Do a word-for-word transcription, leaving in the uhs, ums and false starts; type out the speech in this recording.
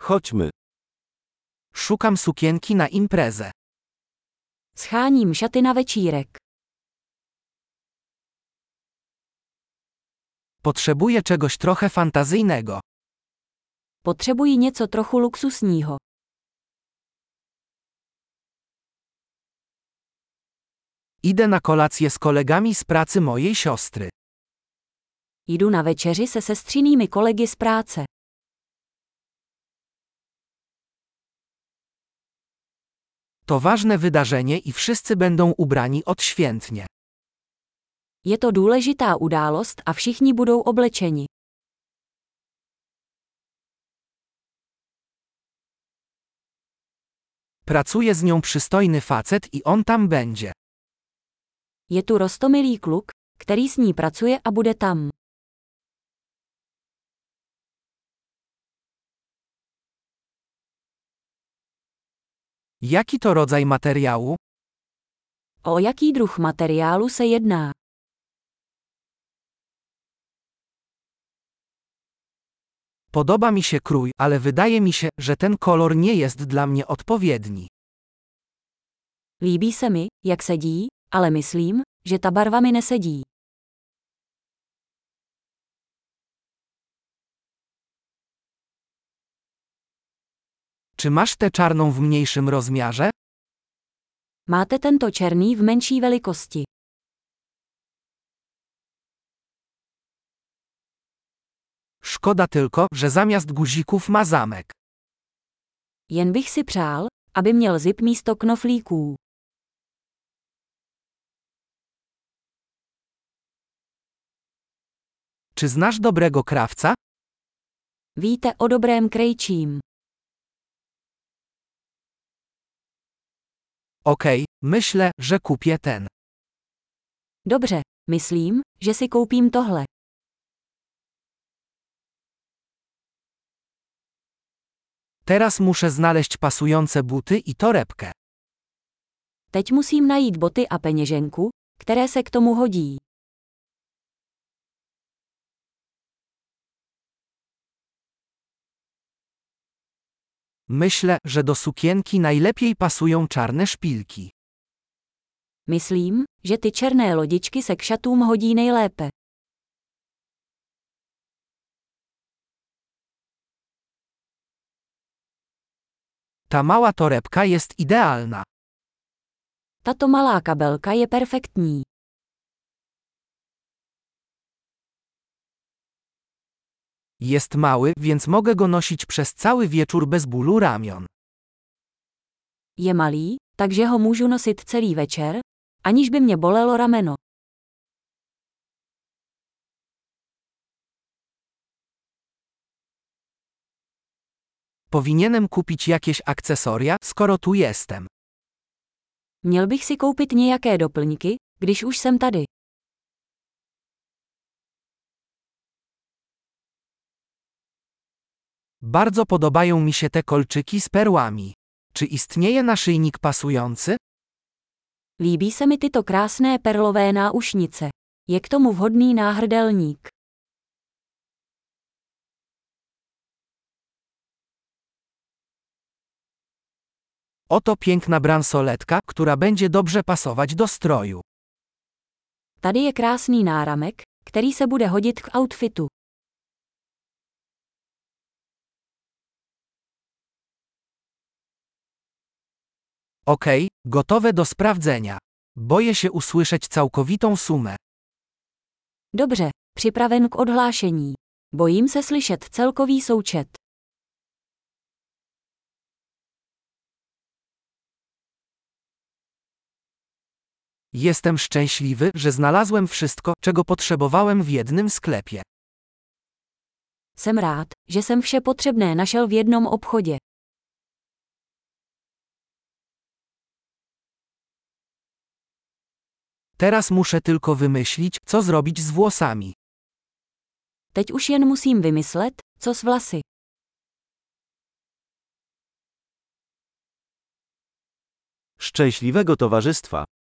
Chodźmy. Szukam sukienki na imprezę. Scháním šaty na večírek. Potrzebuję czegoś trochę fantazyjnego. Potřebuji něco trochu luxusního. Idę na kolację z kolegami z pracy mojej siostry. Jdu na večeři se sestřinými kolegy z práce. To ważne wydarzenie i wszyscy będą ubrani odświętnie. Je to důležitá událost a všichni budou oblečeni. Pracuje z nią przystojny facet i on tam będzie. Je tu roztomilý kluk, který s ní pracuje a bude tam. Jaki to rodzaj materiału? O jaký druh materiálu se jedná? Podoba mi się krój, ale wydaje mi się, że ten kolor nie jest dla mnie odpowiedni. Líbí se mi, jak sedí, ale myslím, že ta barva mi nesedí. Czy masz tę czarną w mniejszym rozmiarze? Máte tento černý v menší velikosti. Szkoda tylko, że zamiast guzików ma zamek. Jen bych si přál, aby měl zip místo knoflíků. Czy znasz dobrego krawca? Víte o dobrém krejčím. Okej, myślę, że kupię ten. Dobře, myslím, že si koupím tohle. Teraz muszę znaleźć pasujące buty i torebkę. Teď musím najít boty a peněženku, které se k tomu hodí. Myślę, że do sukienki najlepiej pasują czarne szpilki. Myslím, že ty černé lodičky se k šatům hodí nejlépe. Ta mała torebka jest idealna. Tato malá kabelka je perfektní. Jest mały, więc mogę go nosić przez cały wieczór bez bólu ramion. Je malý, takže ho můžu nosit celý večer, aniž by mě bolelo rameno. Powinienem kupić jakieś akcesoria, skoro tu jestem. Měl bych si koupit nějaké doplňky, když už jsem tady. Bardzo podobają mi się te kolczyki z perłami. Czy istnieje naszyjnik pasujący? Líbí se mi tyto krásné perlové náušnice. Je k tomu vhodný náhrdelník. Oto piękna bransoletka, która będzie dobrze pasować do stroju. Tady je krásný náramek, který se bude hodit k outfitu. Okej, gotowe do sprawdzenia. Boję się usłyszeć całkowitą sumę. Dobře, připraven k odhlášení. Bojím se slyšet celkový součet. Jestem szczęśliwy, że znalazłem wszystko, czego potrzebowałem w jednym sklepie. Jsem rád, že jsem vše potřebné našel v jednom obchodě. Teraz muszę tylko wymyślić, co zrobić z włosami. Teď už jen musím vymyslet, co s vlasy. Szczęśliwego towarzystwa.